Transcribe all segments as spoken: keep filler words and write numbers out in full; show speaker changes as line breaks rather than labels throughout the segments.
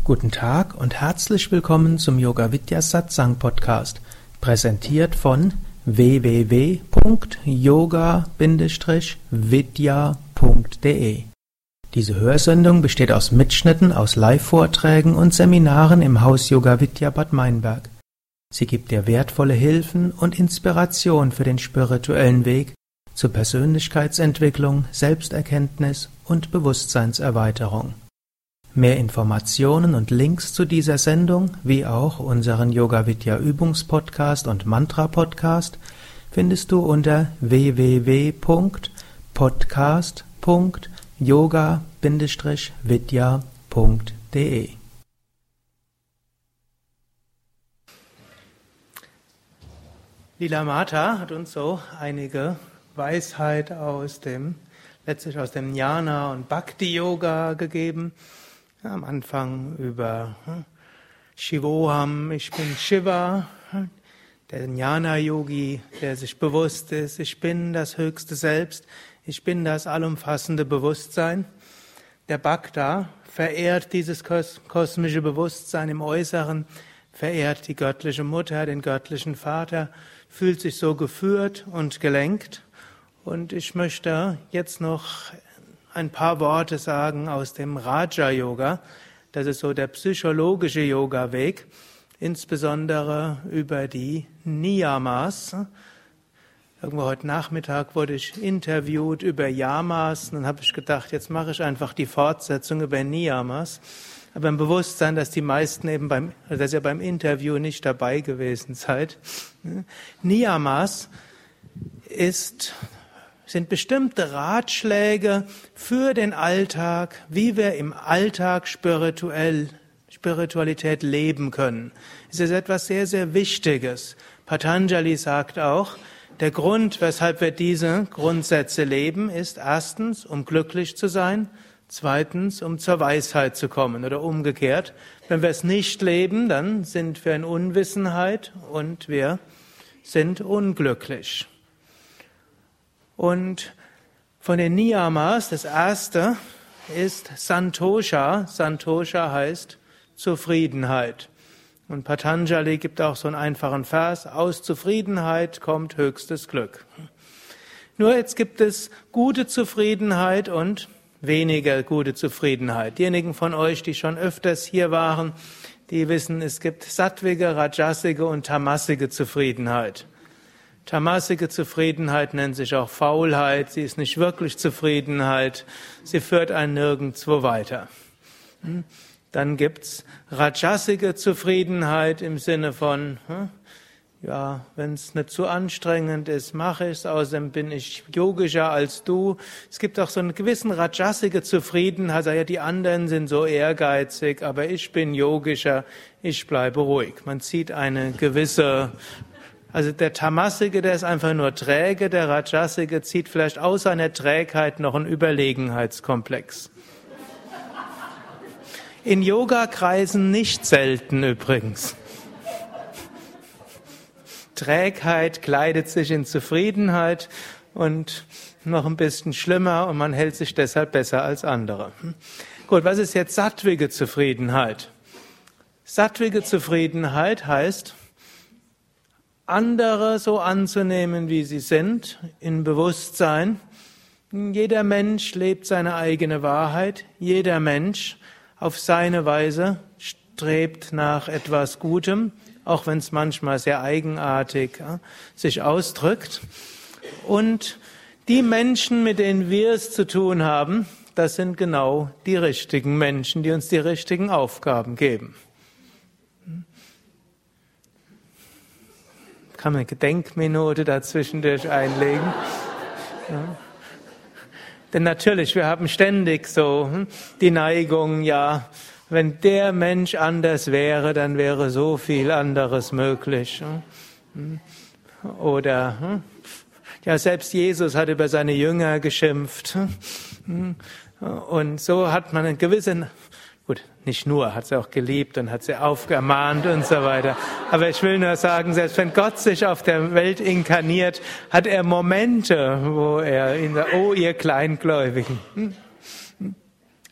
Guten Tag und herzlich willkommen zum Yoga Vidya Satsang Podcast, präsentiert von w w w punkt yoga vidya punkt de. Diese Hörsendung besteht aus Mitschnitten aus Live-Vorträgen und Seminaren im Haus Yoga Vidya Bad Meinberg. Sie gibt dir wertvolle Hilfen und Inspiration für den spirituellen Weg zur Persönlichkeitsentwicklung, Selbsterkenntnis und Bewusstseinserweiterung. Mehr Informationen und Links zu dieser Sendung, wie auch unseren Yoga Vidya Übungspodcast und Mantra Podcast, findest du unter w w w punkt podcast punkt yoga vidya punkt de. Lila Mata hat uns so einige Weisheit aus dem, letztlich aus dem Jnana und Bhakti Yoga gegeben. Ja, am Anfang über hm, Shivoham, ich bin Shiva, hm, der Jnana-Yogi, der sich bewusst ist, ich bin das höchste Selbst, ich bin das allumfassende Bewusstsein. Der Bhakta verehrt dieses kos- kosmische Bewusstsein im Äußeren, verehrt die göttliche Mutter, den göttlichen Vater, fühlt sich so geführt und gelenkt. Und ich möchte jetzt noch ein paar Worte sagen aus dem Raja-Yoga. Das ist so der psychologische Yoga-Weg, insbesondere über die Niyamas. Irgendwo heute Nachmittag wurde ich interviewt über Yamas. Dann habe ich gedacht, jetzt mache ich einfach die Fortsetzung über Niyamas. Aber im Bewusstsein, dass die meisten eben beim, dass ihr beim Interview nicht dabei gewesen seid. Niyamas ist sind bestimmte Ratschläge für den Alltag, wie wir im Alltag spirituell, Spiritualität leben können. Es ist etwas sehr, sehr Wichtiges. Patanjali sagt auch, der Grund, weshalb wir diese Grundsätze leben, ist erstens, um glücklich zu sein, zweitens, um zur Weisheit zu kommen oder umgekehrt. Wenn wir es nicht leben, dann sind wir in Unwissenheit und wir sind unglücklich. Und von den Niyamas, das erste ist Santosha. Santosha heißt Zufriedenheit. Und Patanjali gibt auch so einen einfachen Vers, aus Zufriedenheit kommt höchstes Glück. Nur jetzt gibt es gute Zufriedenheit und weniger gute Zufriedenheit. Diejenigen von euch, die schon öfters hier waren, die wissen, es gibt sattwige, rajasige und tamasige Zufriedenheit. Tamasige Zufriedenheit nennt sich auch Faulheit, sie ist nicht wirklich Zufriedenheit, sie führt einen nirgendwo weiter. Dann gibt's rajasige Zufriedenheit im Sinne von, ja, wenn es nicht zu anstrengend ist, mache ich es, außerdem bin ich yogischer als du. Es gibt auch so eine gewissen rajasige Zufriedenheit, also ja, die anderen sind so ehrgeizig, aber ich bin yogischer, ich bleibe ruhig. Man zieht eine gewisse Also der Tamasige, der ist einfach nur träge, der Rajasige zieht vielleicht aus seiner Trägheit noch einen Überlegenheitskomplex. In Yoga-Kreisen nicht selten übrigens. Trägheit kleidet sich in Zufriedenheit und noch ein bisschen schlimmer und man hält sich deshalb besser als andere. Gut, was ist jetzt sattwige Zufriedenheit? Sattwige Zufriedenheit heißt, andere so anzunehmen, wie sie sind, in Bewusstsein. Jeder Mensch lebt seine eigene Wahrheit. Jeder Mensch auf seine Weise strebt nach etwas Gutem, auch wenn es manchmal sehr eigenartig ja, sich ausdrückt. Und die Menschen, mit denen wir es zu tun haben, das sind genau die richtigen Menschen, die uns die richtigen Aufgaben geben. Kann man eine Gedenkminute dazwischendurch einlegen. Ja. Denn natürlich, wir haben ständig so hm, die Neigung, ja, wenn der Mensch anders wäre, dann wäre so viel anderes möglich. Hm. Oder, hm, ja, selbst Jesus hat über seine Jünger geschimpft. Hm. Und so hat man eine gewisse... Gut, nicht nur, hat sie auch geliebt und hat sie aufgemahnt und so weiter. Aber ich will nur sagen, selbst wenn Gott sich auf der Welt inkarniert, hat er Momente, wo er ihn sagt, oh, ihr Kleingläubigen.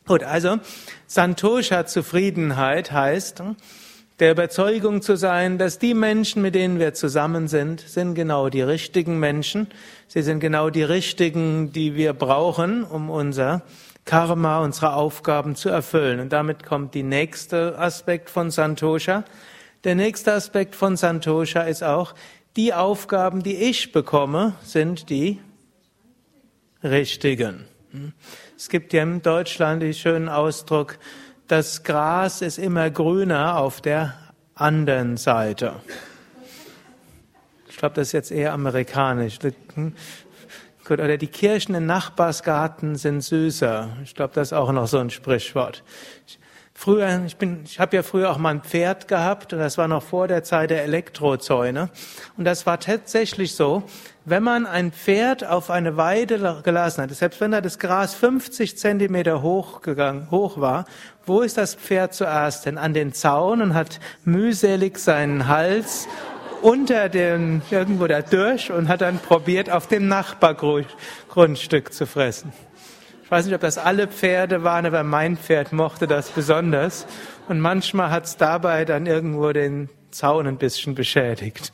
Gut, also Santosha, Zufriedenheit, heißt, der Überzeugung zu sein, dass die Menschen, mit denen wir zusammen sind, sind genau die richtigen Menschen. Sie sind genau die richtigen, die wir brauchen, um unser Karma, unsere Aufgaben zu erfüllen. Und damit kommt der nächste Aspekt von Santosha. Der nächste Aspekt von Santosha ist auch, die Aufgaben, die ich bekomme, sind die richtigen. Es gibt ja in Deutschland den schönen Ausdruck, das Gras ist immer grüner auf der anderen Seite. Ich glaube, das ist jetzt eher amerikanisch. Gut, oder die Kirschen im Nachbarsgarten sind süßer. Ich glaube, das ist auch noch so ein Sprichwort. Früher, ich bin, ich habe ja früher auch mal ein Pferd gehabt und das war noch vor der Zeit der Elektrozäune. Und das war tatsächlich so, wenn man ein Pferd auf eine Weide gelassen hat, selbst wenn da das Gras fünfzig Zentimeter hoch gegangen, hoch war, wo ist das Pferd zuerst hin? An den Zaun und hat mühselig seinen Hals unter dem, irgendwo da durch und hat dann probiert, auf dem Nachbargrundstück zu fressen. Ich weiß nicht, ob das alle Pferde waren, aber mein Pferd mochte das besonders. Und manchmal hat es dabei dann irgendwo den Zaun ein bisschen beschädigt.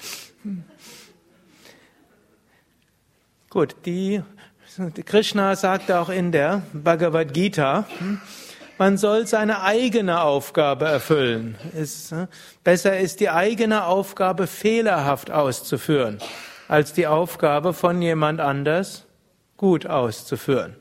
Gut, die, Krishna sagte auch in der Bhagavad Gita, man soll seine eigene Aufgabe erfüllen. Es, besser ist die eigene Aufgabe fehlerhaft auszuführen, als die Aufgabe von jemand anders gut auszuführen.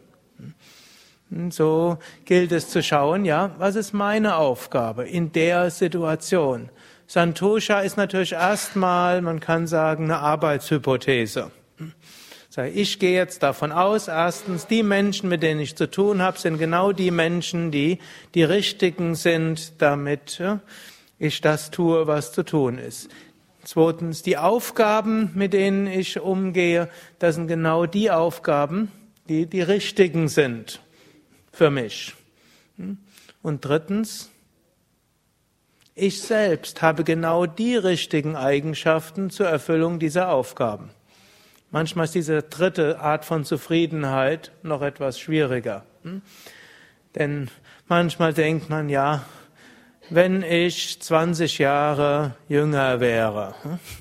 So gilt es zu schauen, ja, was ist meine Aufgabe in der Situation? Santosha ist natürlich erstmal, man kann sagen, eine Arbeitshypothese. Ich gehe jetzt davon aus, erstens, die Menschen, mit denen ich zu tun habe, sind genau die Menschen, die die richtigen sind, damit ich das tue, was zu tun ist. Zweitens, die Aufgaben, mit denen ich umgehe, das sind genau die Aufgaben, die die richtigen sind für mich. Und drittens, ich selbst habe genau die richtigen Eigenschaften zur Erfüllung dieser Aufgaben. Manchmal ist diese dritte Art von Zufriedenheit noch etwas schwieriger. Denn manchmal denkt man, ja, wenn ich zwanzig Jahre jünger wäre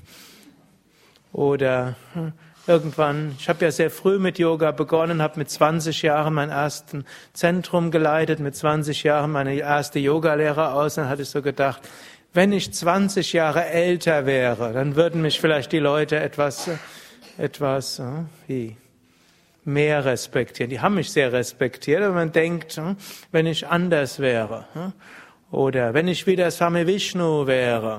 oder irgendwann, ich habe ja sehr früh mit Yoga begonnen, habe mit zwanzig Jahren mein erstes Zentrum geleitet, mit zwanzig Jahren meine erste Yogalehre aus, dann hatte ich so gedacht, wenn ich zwanzig Jahre älter wäre, dann würden mich vielleicht die Leute etwas, etwas wie mehr respektieren. Die haben mich sehr respektiert, aber man denkt, wenn ich anders wäre oder wenn ich wieder Swami Vishnu wäre.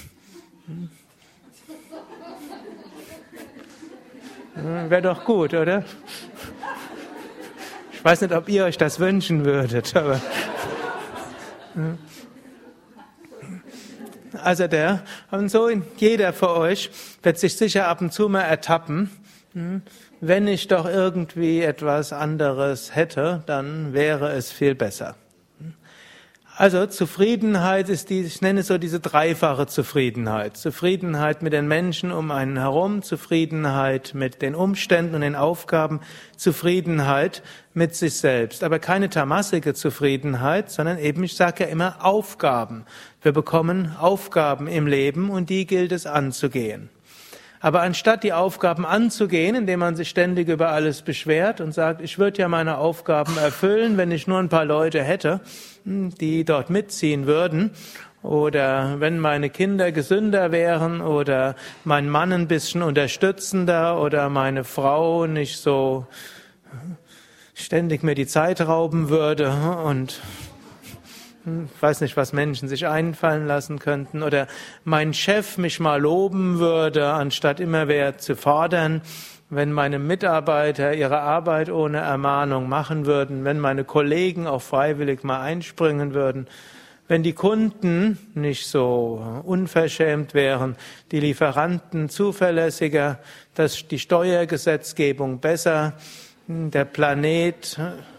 Wäre doch gut, oder? Ich weiß nicht, ob ihr euch das wünschen würdet, aber also der, und so jeder von euch wird sich sicher ab und zu mal ertappen, wenn ich doch irgendwie etwas anderes hätte, dann wäre es viel besser. Also Zufriedenheit ist die, ich nenne es so diese dreifache Zufriedenheit. Zufriedenheit mit den Menschen um einen herum, Zufriedenheit mit den Umständen und den Aufgaben, Zufriedenheit mit sich selbst. Aber keine tamassige Zufriedenheit, sondern eben, ich sage ja immer, Aufgaben. Wir bekommen Aufgaben im Leben und die gilt es anzugehen. Aber anstatt die Aufgaben anzugehen, indem man sich ständig über alles beschwert und sagt, ich würde ja meine Aufgaben erfüllen, wenn ich nur ein paar Leute hätte, die dort mitziehen würden, oder wenn meine Kinder gesünder wären oder mein Mann ein bisschen unterstützender oder meine Frau nicht so ständig mir die Zeit rauben würde und ich weiß nicht, was Menschen sich einfallen lassen könnten. Oder mein Chef mich mal loben würde, anstatt immer wieder zu fordern. Wenn meine Mitarbeiter ihre Arbeit ohne Ermahnung machen würden. Wenn meine Kollegen auch freiwillig mal einspringen würden. Wenn die Kunden nicht so unverschämt wären, die Lieferanten zuverlässiger, dass die Steuergesetzgebung besser, der Planet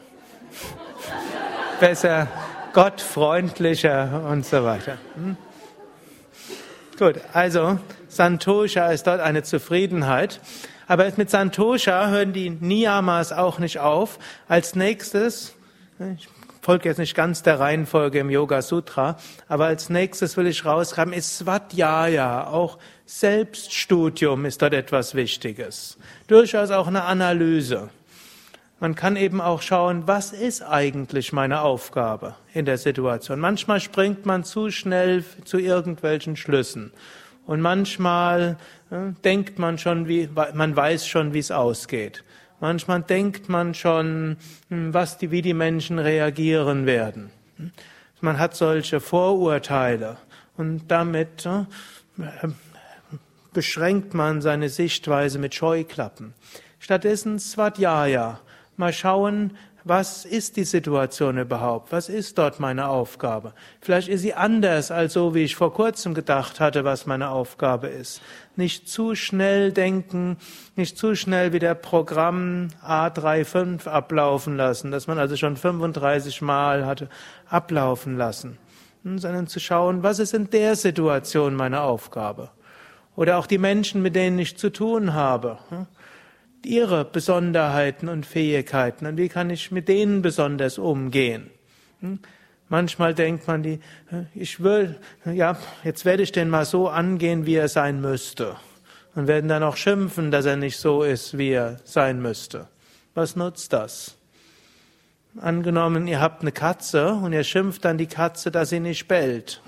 besser, Gott freundlicher und so weiter. Hm? Gut, also Santosha ist dort eine Zufriedenheit. Aber mit Santosha hören die Niyamas auch nicht auf. Als nächstes folge jetzt nicht ganz der Reihenfolge im Yoga Sutra, aber als nächstes will ich rausgraben, ist Svadhyaya, auch Selbststudium ist dort etwas Wichtiges. Durchaus auch eine Analyse. Man kann eben auch schauen, was ist eigentlich meine Aufgabe in der Situation. Manchmal springt man zu schnell zu irgendwelchen Schlüssen. Und manchmal äh, denkt man schon, wie, man weiß schon, wie es ausgeht. Manchmal denkt man schon, was die, wie die Menschen reagieren werden. Man hat solche Vorurteile und damit äh, beschränkt man seine Sichtweise mit Scheuklappen. Stattdessen Svadhyaya. Mal schauen, was ist die Situation überhaupt? Was ist dort meine Aufgabe? Vielleicht ist sie anders als so, wie ich vor kurzem gedacht hatte, was meine Aufgabe ist. Nicht zu schnell denken, nicht zu schnell wieder Programm A drei fünf ablaufen lassen, das man also schon fünfunddreißig Mal hatte ablaufen lassen, sondern zu schauen, was ist in der Situation meine Aufgabe? Oder auch die Menschen, mit denen ich zu tun habe. Ihre Besonderheiten und Fähigkeiten und wie kann ich mit denen besonders umgehen. Hm? Manchmal denkt man, die, ich will, ja, jetzt werde ich den mal so angehen, wie er sein müsste und werden dann auch schimpfen, dass er nicht so ist, wie er sein müsste. Was nutzt das? Angenommen, ihr habt eine Katze und ihr schimpft dann die Katze, dass sie nicht bellt.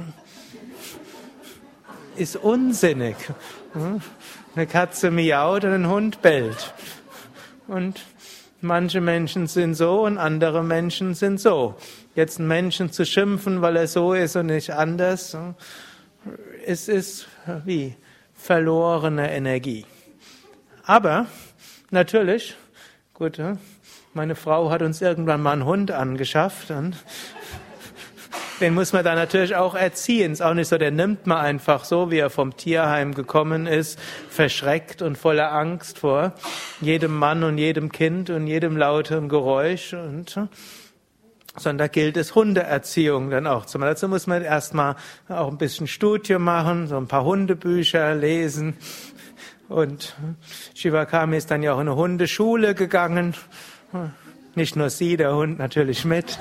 Ist unsinnig. Eine Katze miaut und ein Hund bellt. Und manche Menschen sind so und andere Menschen sind so. Jetzt einen Menschen zu schimpfen, weil er so ist und nicht anders, es ist wie verlorene Energie. Aber natürlich, gut, meine Frau hat uns irgendwann mal einen Hund angeschafft und den muss man dann natürlich auch erziehen. Ist auch nicht so, der nimmt man einfach so, wie er vom Tierheim gekommen ist, verschreckt und voller Angst vor jedem Mann und jedem Kind und jedem lauten Geräusch. Und, sondern da gilt es, Hundeerziehung dann auch zu machen. Dazu muss man erstmal auch ein bisschen Studium machen, so ein paar Hundebücher lesen. Und Shivakami ist dann ja auch in eine Hundeschule gegangen. Nicht nur sie, der Hund natürlich mit.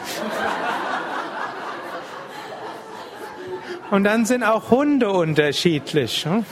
Und dann sind auch Hunde unterschiedlich. Zum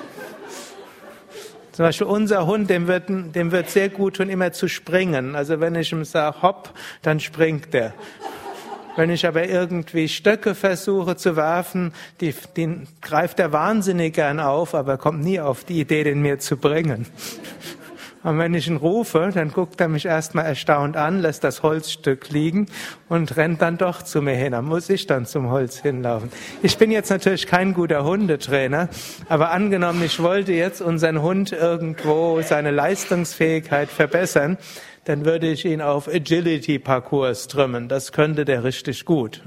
Beispiel unser Hund, dem wird, dem wird sehr gut tun, immer zu springen. Also wenn ich ihm sage, hopp, dann springt er. Wenn ich aber irgendwie Stöcke versuche zu werfen, die, den greift er wahnsinnig gern auf, aber kommt nie auf die Idee, den mir zu bringen. Und wenn ich ihn rufe, dann guckt er mich erstmal erstaunt an, lässt das Holzstück liegen und rennt dann doch zu mir hin. Dann muss ich dann zum Holz hinlaufen. Ich bin jetzt natürlich kein guter Hundetrainer, aber angenommen, ich wollte jetzt unseren Hund irgendwo seine Leistungsfähigkeit verbessern, dann würde ich ihn auf Agility-Parcours trimmen. Das könnte der richtig gut.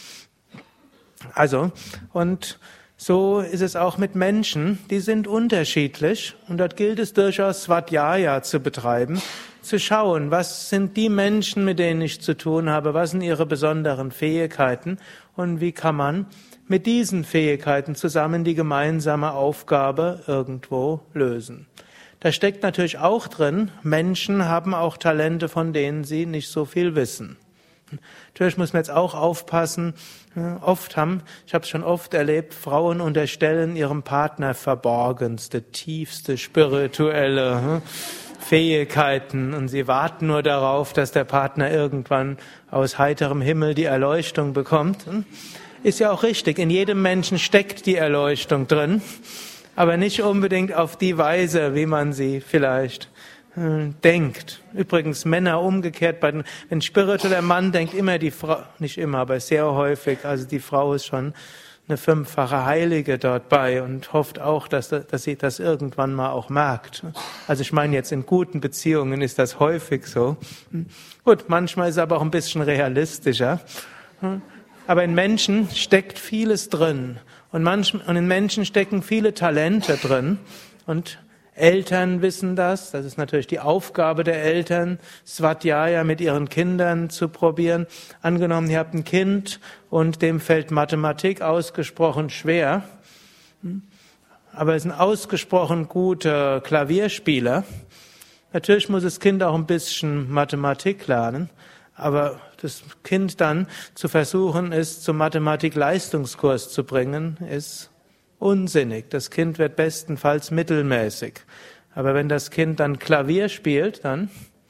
Also, und so ist es auch mit Menschen, die sind unterschiedlich und dort gilt es durchaus Svadhyaya zu betreiben, zu schauen, was sind die Menschen, mit denen ich zu tun habe, was sind ihre besonderen Fähigkeiten und wie kann man mit diesen Fähigkeiten zusammen die gemeinsame Aufgabe irgendwo lösen. Da steckt natürlich auch drin, Menschen haben auch Talente, von denen sie nicht so viel wissen. Natürlich muss man jetzt auch aufpassen. Oft haben, ich habe es schon oft erlebt, Frauen unterstellen ihrem Partner verborgenste, tiefste spirituelle Fähigkeiten und sie warten nur darauf, dass der Partner irgendwann aus heiterem Himmel die Erleuchtung bekommt. Ist ja auch richtig, in jedem Menschen steckt die Erleuchtung drin, aber nicht unbedingt auf die Weise, wie man sie vielleicht denkt. Übrigens Männer umgekehrt, bei den, wenn spiritueller Mann denkt, immer die Frau, nicht immer, aber sehr häufig, also die Frau ist schon eine fünffache Heilige dort bei und hofft auch, dass, dass sie das irgendwann mal auch merkt. Also ich meine jetzt in guten Beziehungen ist das häufig so. Gut, manchmal ist es aber auch ein bisschen realistischer. Aber in Menschen steckt vieles drin und, manchmal, und in Menschen stecken viele Talente drin und Eltern wissen das, das ist natürlich die Aufgabe der Eltern, Svadhyaya mit ihren Kindern zu probieren. Angenommen, ihr habt ein Kind und dem fällt Mathematik ausgesprochen schwer, aber ist ein ausgesprochen guter Klavierspieler. Natürlich muss das Kind auch ein bisschen Mathematik lernen, aber das Kind dann zu versuchen, es zum Mathematik-Leistungskurs zu bringen, ist unsinnig. Das Kind wird bestenfalls mittelmäßig. Aber wenn das Kind dann Klavier spielt, dann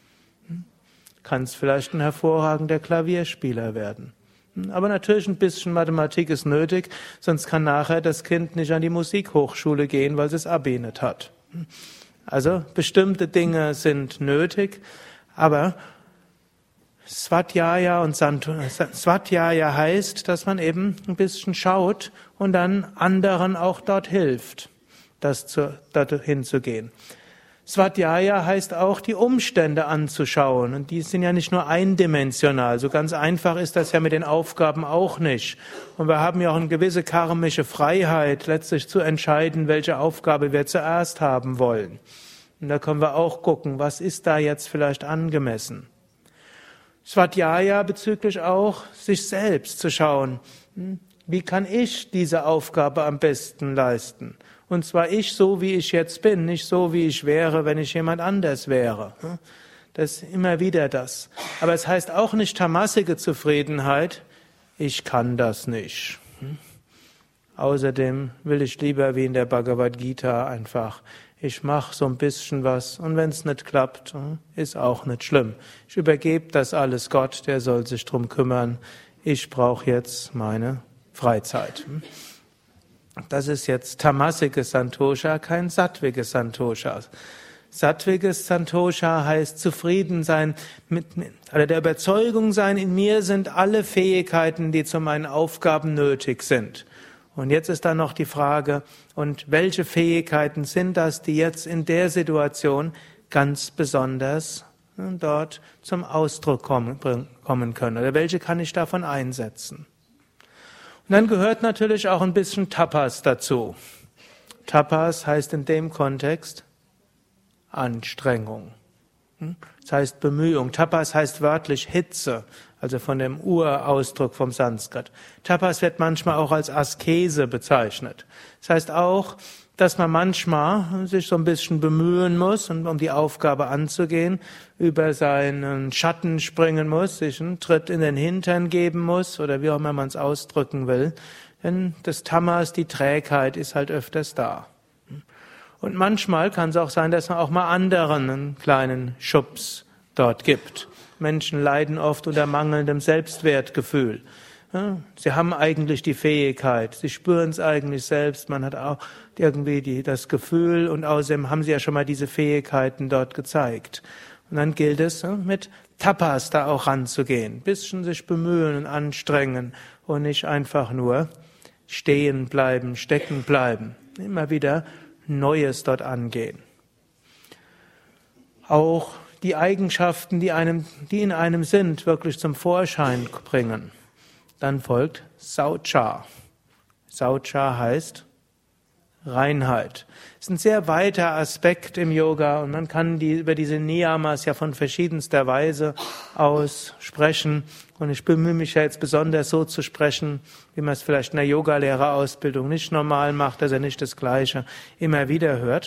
kann es vielleicht ein hervorragender Klavierspieler werden. Aber natürlich ein bisschen Mathematik ist nötig, sonst kann nachher das Kind nicht an die Musikhochschule gehen, weil es das Abi nicht hat. Also bestimmte Dinge sind nötig, aber Svadhyaya und Svadhyaya heißt, dass man eben ein bisschen schaut und dann anderen auch dort hilft, das zu, dorthin zu gehen. Svadhyaya heißt auch, die Umstände anzuschauen. Und die sind ja nicht nur eindimensional. So ganz einfach ist das ja mit den Aufgaben auch nicht. Und wir haben ja auch eine gewisse karmische Freiheit, letztlich zu entscheiden, welche Aufgabe wir zuerst haben wollen. Und da können wir auch gucken, was ist da jetzt vielleicht angemessen. Svadhyaya bezüglich auch, sich selbst zu schauen. Wie kann ich diese Aufgabe am besten leisten? Und zwar ich so, wie ich jetzt bin, nicht so, wie ich wäre, wenn ich jemand anders wäre. Das ist immer wieder das. Aber es heißt auch nicht tamassige Zufriedenheit, ich kann das nicht. Außerdem will ich lieber wie in der Bhagavad Gita einfach, ich mache so ein bisschen was und wenn es nicht klappt, ist auch nicht schlimm. Ich übergebe das alles Gott, der soll sich drum kümmern. Ich brauche jetzt meine Freizeit. Das ist jetzt tamasiges Santosha, kein sattwiges Santosha. Sattwiges Santosha heißt zufrieden sein mit, oder der Überzeugung sein, in mir sind alle Fähigkeiten, die zu meinen Aufgaben nötig sind. Und jetzt ist dann noch die Frage, und welche Fähigkeiten sind das, die jetzt in der Situation ganz besonders dort zum Ausdruck kommen, kommen können? Oder welche kann ich davon einsetzen? Und dann gehört natürlich auch ein bisschen Tapas dazu. Tapas heißt in dem Kontext Anstrengung. Das heißt Bemühung. Tapas heißt wörtlich Hitze, also von dem Urausdruck vom Sanskrit. Tapas wird manchmal auch als Askese bezeichnet. Das heißt auch, dass man manchmal sich so ein bisschen bemühen muss, um die Aufgabe anzugehen, über seinen Schatten springen muss, sich einen Tritt in den Hintern geben muss oder wie auch immer man es ausdrücken will. Denn das Tamas, die Trägheit, ist halt öfters da. Und manchmal kann es auch sein, dass man auch mal anderen einen kleinen Schubs dort gibt. Menschen leiden oft unter mangelndem Selbstwertgefühl. Ja, sie haben eigentlich die Fähigkeit, sie spüren es eigentlich selbst, man hat auch irgendwie die, das Gefühl und außerdem haben sie ja schon mal diese Fähigkeiten dort gezeigt. Und dann gilt es, mit Tapas da auch ranzugehen, ein bisschen sich bemühen und anstrengen und nicht einfach nur stehen bleiben, stecken bleiben, immer wieder Neues dort angehen. Auch die Eigenschaften, die einem, die in einem sind, wirklich zum Vorschein bringen. Dann folgt Saucha. Saucha heißt Reinheit. Das ist ein sehr weiter Aspekt im Yoga und man kann die, über diese Niyamas ja von verschiedenster Weise aus sprechen. Und ich bemühe mich ja jetzt besonders so zu sprechen, wie man es vielleicht in der Yogalehrerausbildung nicht normal macht, dass er nicht das Gleiche immer wieder hört.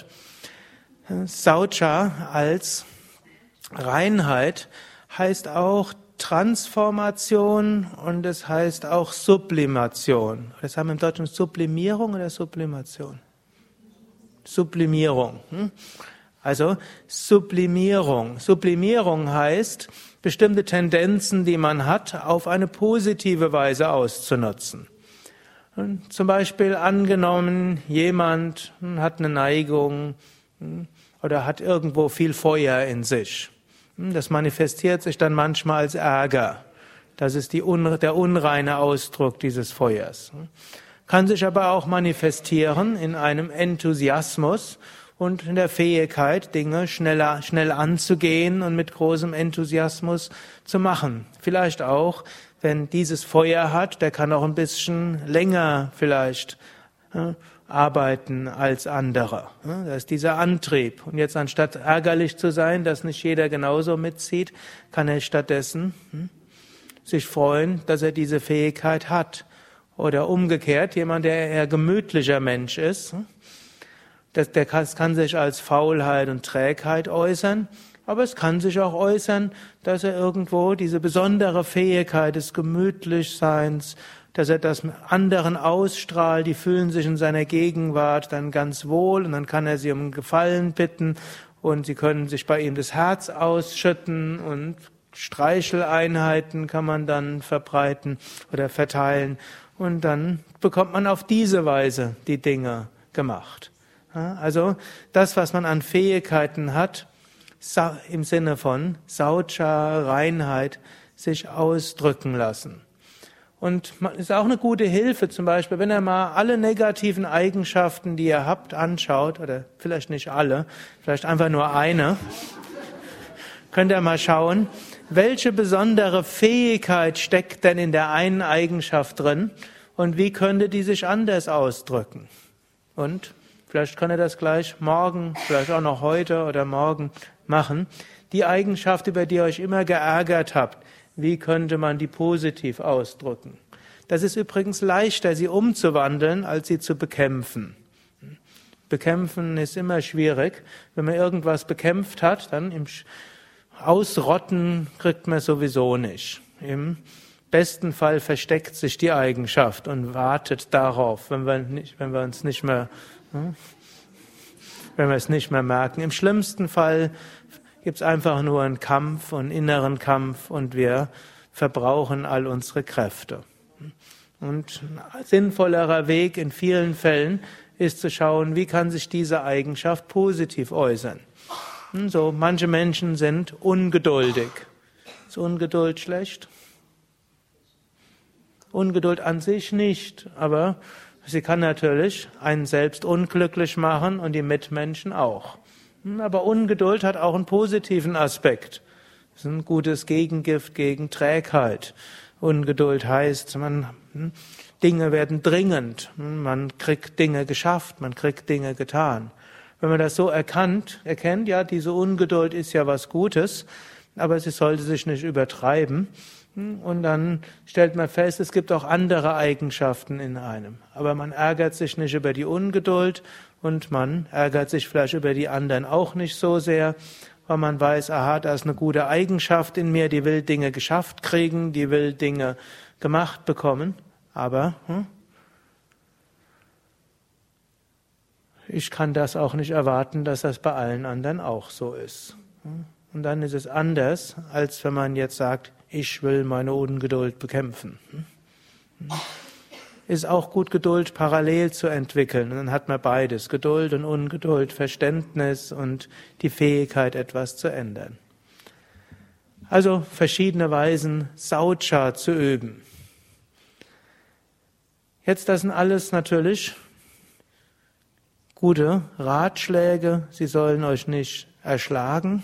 Saucha als Reinheit heißt auch Transformation und es heißt auch Sublimation. Das haben wir im Deutschen Sublimierung oder Sublimation? Sublimierung. Also Sublimierung. Sublimierung heißt, bestimmte Tendenzen, die man hat, auf eine positive Weise auszunutzen. Und zum Beispiel angenommen, jemand hat eine Neigung oder hat irgendwo viel Feuer in sich. Das manifestiert sich dann manchmal als Ärger. Das ist die un- der unreine Ausdruck dieses Feuers. Kann sich aber auch manifestieren in einem Enthusiasmus und in der Fähigkeit, Dinge schneller, schnell anzugehen und mit großem Enthusiasmus zu machen. Vielleicht auch, wenn dieses Feuer hat, der kann auch ein bisschen länger vielleicht ja, arbeiten als andere. Das ist dieser Antrieb. Und jetzt anstatt ärgerlich zu sein, dass nicht jeder genauso mitzieht, kann er stattdessen hm, sich freuen, dass er diese Fähigkeit hat. Oder umgekehrt, jemand, der eher gemütlicher Mensch ist, das, der kann, kann sich als Faulheit und Trägheit äußern. Aber es kann sich auch äußern, dass er irgendwo diese besondere Fähigkeit des Gemütlichseins, dass er das anderen ausstrahlt, die fühlen sich in seiner Gegenwart dann ganz wohl und dann kann er sie um Gefallen bitten und sie können sich bei ihm das Herz ausschütten und Streicheleinheiten kann man dann verbreiten oder verteilen und dann bekommt man auf diese Weise die Dinge gemacht. Also das, was man an Fähigkeiten hat, im Sinne von Saucha, Reinheit, sich ausdrücken lassen. Und es ist auch eine gute Hilfe, zum Beispiel, wenn ihr mal alle negativen Eigenschaften, die ihr habt, anschaut, oder vielleicht nicht alle, vielleicht einfach nur eine, könnt ihr mal schauen, welche besondere Fähigkeit steckt denn in der einen Eigenschaft drin und wie könnte die sich anders ausdrücken. Und vielleicht könnt ihr das gleich morgen, vielleicht auch noch heute oder morgen machen. Die Eigenschaft, über die ihr euch immer geärgert habt, wie könnte man die positiv ausdrücken? Das ist übrigens leichter, sie umzuwandeln, als sie zu bekämpfen. Bekämpfen ist immer schwierig. Wenn man irgendwas bekämpft hat, dann im Ausrotten kriegt man sowieso nicht. Im besten Fall versteckt sich die Eigenschaft und wartet darauf, wenn wir, nicht, wenn wir uns nicht mehr, wenn wir es nicht mehr merken. Im schlimmsten Fall gibt es einfach nur einen Kampf, einen inneren Kampf und wir verbrauchen all unsere Kräfte. Und ein sinnvollerer Weg in vielen Fällen ist zu schauen, wie kann sich diese Eigenschaft positiv äußern. So, manche Menschen sind ungeduldig. Ist Ungeduld schlecht? Ungeduld an sich nicht, aber sie kann natürlich einen selbst unglücklich machen und die Mitmenschen auch. Aber Ungeduld hat auch einen positiven Aspekt. Das ist ein gutes Gegengift gegen Trägheit. Ungeduld heißt, man, Dinge werden dringend, man kriegt Dinge geschafft, man kriegt Dinge getan. Wenn man das so erkannt, erkennt, ja, diese Ungeduld ist ja was Gutes, aber sie sollte sich nicht übertreiben. Und dann stellt man fest, es gibt auch andere Eigenschaften in einem. Aber man ärgert sich nicht über die Ungeduld und man ärgert sich vielleicht über die anderen auch nicht so sehr, weil man weiß, aha, da ist eine gute Eigenschaft in mir, die will Dinge geschafft kriegen, die will Dinge gemacht bekommen. Aber hm, ich kann das auch nicht erwarten, dass das bei allen anderen auch so ist. Und dann ist es anders, als wenn man jetzt sagt, ich will meine Ungeduld bekämpfen. Ist auch gut, Geduld parallel zu entwickeln. Und dann hat man beides, Geduld und Ungeduld, Verständnis und die Fähigkeit, etwas zu ändern. Also verschiedene Weisen, Saucha zu üben. Jetzt, das sind alles natürlich gute Ratschläge. Sie sollen euch nicht erschlagen.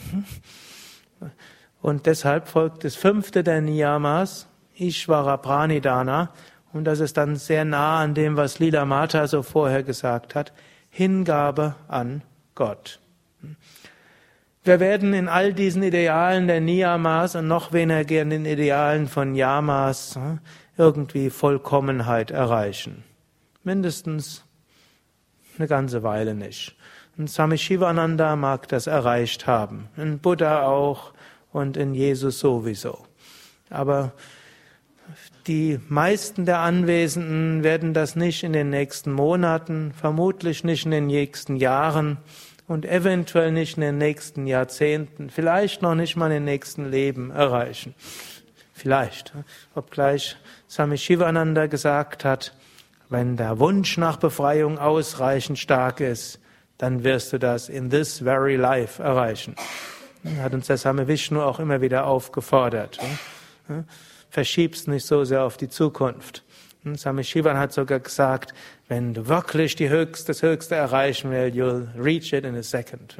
Und deshalb folgt das fünfte der Niyamas, Ishvara Pranidhana, und das ist dann sehr nah an dem, was Lila Mata so vorher gesagt hat, Hingabe an Gott. Wir werden in all diesen Idealen der Niyamas und noch weniger in den Idealen von Yamas irgendwie Vollkommenheit erreichen. Mindestens eine ganze Weile nicht. Und Swami Shivananda mag das erreicht haben, in Buddha auch und in Jesus sowieso. Aber die meisten der Anwesenden werden das nicht in den nächsten Monaten, vermutlich nicht in den nächsten Jahren und eventuell nicht in den nächsten Jahrzehnten, vielleicht noch nicht mal in den nächsten Leben erreichen. Vielleicht, obgleich Swami Shivananda gesagt hat, wenn der Wunsch nach Befreiung ausreichend stark ist, dann wirst du das in this very life erreichen. Hat uns der Same Vishnu auch immer wieder aufgefordert. Verschieb's nicht so sehr auf die Zukunft. Same Shivan hat sogar gesagt, wenn du wirklich die höchste, das Höchste erreichen willst, you'll reach it in a second.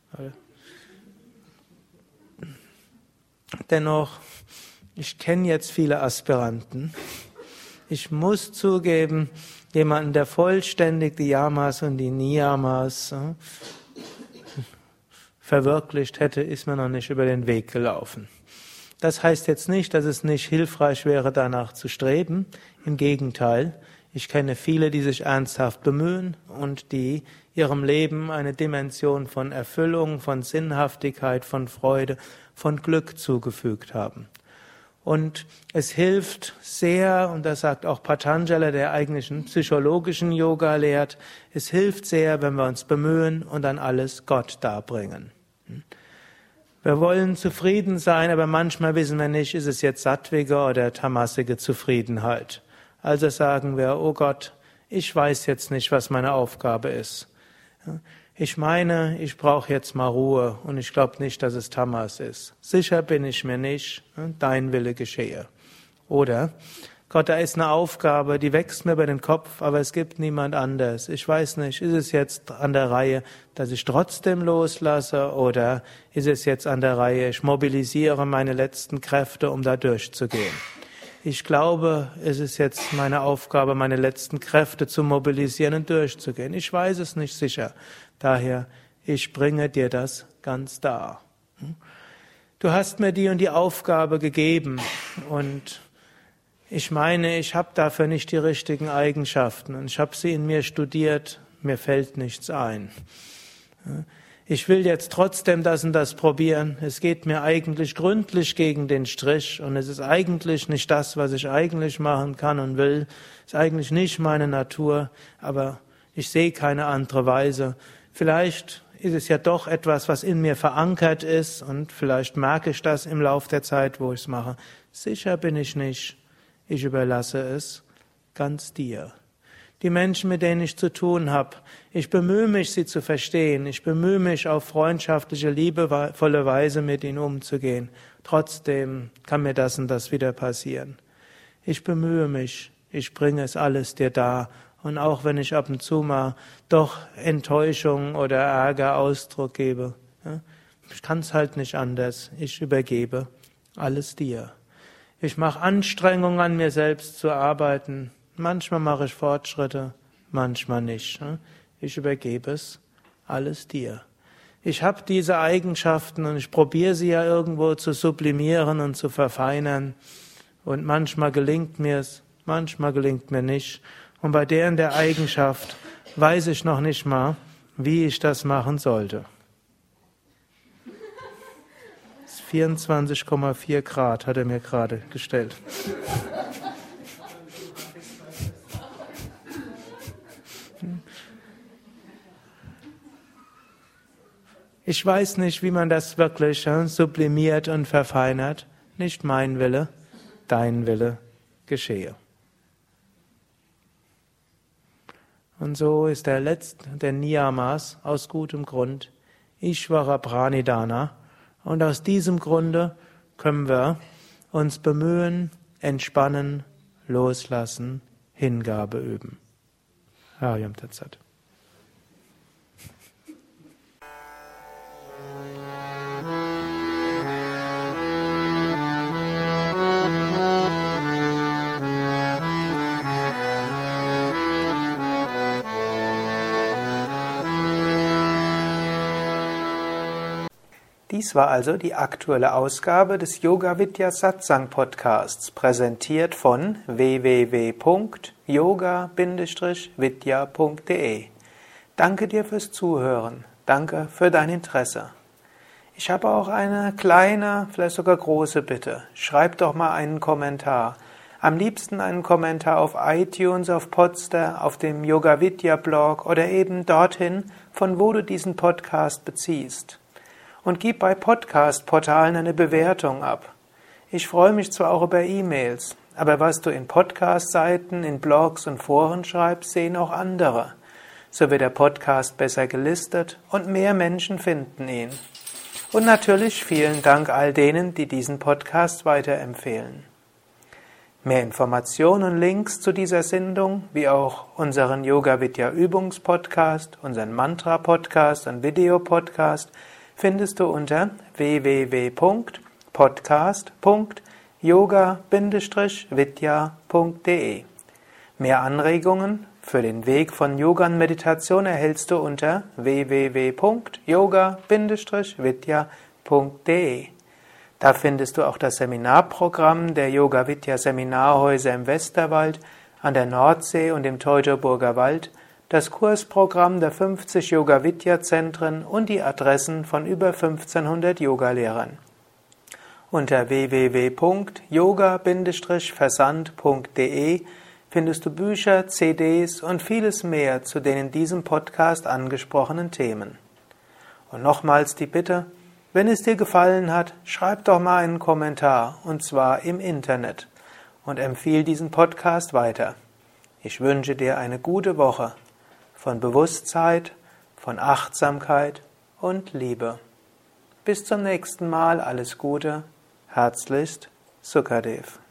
Dennoch, ich kenne jetzt viele Aspiranten. Ich muss zugeben, jemanden, der vollständig die Yamas und die Niyamas verwirklicht hätte, ist mir noch nicht über den Weg gelaufen. Das heißt jetzt nicht, dass es nicht hilfreich wäre, danach zu streben. Im Gegenteil, Ich kenne viele, die sich ernsthaft bemühen und die ihrem Leben eine Dimension von Erfüllung, von Sinnhaftigkeit, von Freude, von Glück zugefügt haben. Und es hilft sehr, und das sagt auch Patanjali, der eigentlich einen psychologischen Yoga lehrt, es hilft sehr, wenn wir uns bemühen und dann alles Gott darbringen. Wir wollen zufrieden sein, aber manchmal wissen wir nicht, ist es jetzt sattwige oder tamasige Zufriedenheit. Also sagen wir, oh Gott, ich weiß jetzt nicht, was meine Aufgabe ist. Ich meine, ich brauche jetzt mal Ruhe und ich glaube nicht, dass es Tamas ist. Sicher bin ich mir nicht, dein Wille geschehe. Oder, Gott, da ist eine Aufgabe, die wächst mir über den Kopf, aber es gibt niemand anders. Ich weiß nicht, ist es jetzt an der Reihe, dass ich trotzdem loslasse oder ist es jetzt an der Reihe, ich mobilisiere meine letzten Kräfte, um da durchzugehen. Ich glaube, es ist jetzt meine Aufgabe, meine letzten Kräfte zu mobilisieren und durchzugehen. Ich weiß es nicht sicher. Daher, ich bringe dir das ganz dar. Du hast mir die und die Aufgabe gegeben und ich meine, ich habe dafür nicht die richtigen Eigenschaften und ich habe sie in mir studiert, mir fällt nichts ein. Ich will jetzt trotzdem das und das probieren. Es geht mir eigentlich gründlich gegen den Strich und es ist eigentlich nicht das, was ich eigentlich machen kann und will. Es ist eigentlich nicht meine Natur, aber ich sehe keine andere Weise. Vielleicht ist es ja doch etwas, was in mir verankert ist und vielleicht merke ich das im Lauf der Zeit, wo ich es mache. Sicher bin ich nicht. Ich überlasse es ganz dir. Die Menschen, mit denen ich zu tun habe, ich bemühe mich, sie zu verstehen. Ich bemühe mich, auf freundschaftliche, liebevolle Weise mit ihnen umzugehen. Trotzdem kann mir das und das wieder passieren. Ich bemühe mich. Ich bringe es alles dir dar. Und auch wenn ich ab und zu mal doch Enttäuschung oder Ärger Ausdruck gebe, ja, ich kann es halt nicht anders. Ich übergebe alles dir. Ich mache Anstrengungen, an mir selbst zu arbeiten. Manchmal mache ich Fortschritte, manchmal nicht. Ich übergebe es alles dir. Ich habe diese Eigenschaften und ich probiere sie ja irgendwo zu sublimieren und zu verfeinern. Und manchmal gelingt mir es, manchmal gelingt mir nicht. Und bei deren der Eigenschaft weiß ich noch nicht mal, wie ich das machen sollte. vierundzwanzig Komma vier Grad hat er mir gerade gestellt. Ich weiß nicht, wie man das wirklich ja, sublimiert und verfeinert. Nicht mein Wille, dein Wille geschehe. Und so ist der letzte der Niyamas aus gutem Grund Ishvara Pranidhana. Und aus diesem Grunde können wir uns bemühen, entspannen, loslassen, Hingabe üben. Hariam Tat Sat. Dies war also die aktuelle Ausgabe des Yoga Vidya Satsang Podcasts, präsentiert von w w w punkt yoga vidya punkt de. Danke dir fürs Zuhören. Danke für dein Interesse. Ich habe auch eine kleine, vielleicht sogar große Bitte. Schreib doch mal einen Kommentar. Am liebsten einen Kommentar auf iTunes, auf Podster, auf dem Yoga Vidya Blog oder eben dorthin, von wo du diesen Podcast beziehst. Und gib bei Podcast-Portalen eine Bewertung ab. Ich freue mich zwar auch über E-Mails, aber was du in Podcast-Seiten, in Blogs und Foren schreibst, sehen auch andere. So wird der Podcast besser gelistet und mehr Menschen finden ihn. Und natürlich vielen Dank all denen, die diesen Podcast weiterempfehlen. Mehr Informationen und Links zu dieser Sendung, wie auch unseren Yoga Vidya Übungspodcast, unseren Mantra-Podcast und Videopodcast, findest du unter w w w punkt podcast punkt yoga vidya punkt de. Mehr Anregungen für den Weg von Yoga und Meditation erhältst du unter w w w punkt yoga vidya punkt de. Da findest du auch das Seminarprogramm der Yoga Vidya Seminarhäuser im Westerwald, an der Nordsee und im Teutoburger Wald, das Kursprogramm der fünfzig Yoga-Vidya-Zentren und die Adressen von über fünfzehnhundert Yogalehrern. Unter w w w punkt yoga versand punkt de findest du Bücher, C Ds und vieles mehr zu den in diesem Podcast angesprochenen Themen. Und nochmals die Bitte, wenn es dir gefallen hat, schreib doch mal einen Kommentar, und zwar im Internet, und empfiehl diesen Podcast weiter. Ich wünsche dir eine gute Woche von Bewusstheit, von Achtsamkeit und Liebe. Bis zum nächsten Mal, alles Gute, herzlichst, Sukadev.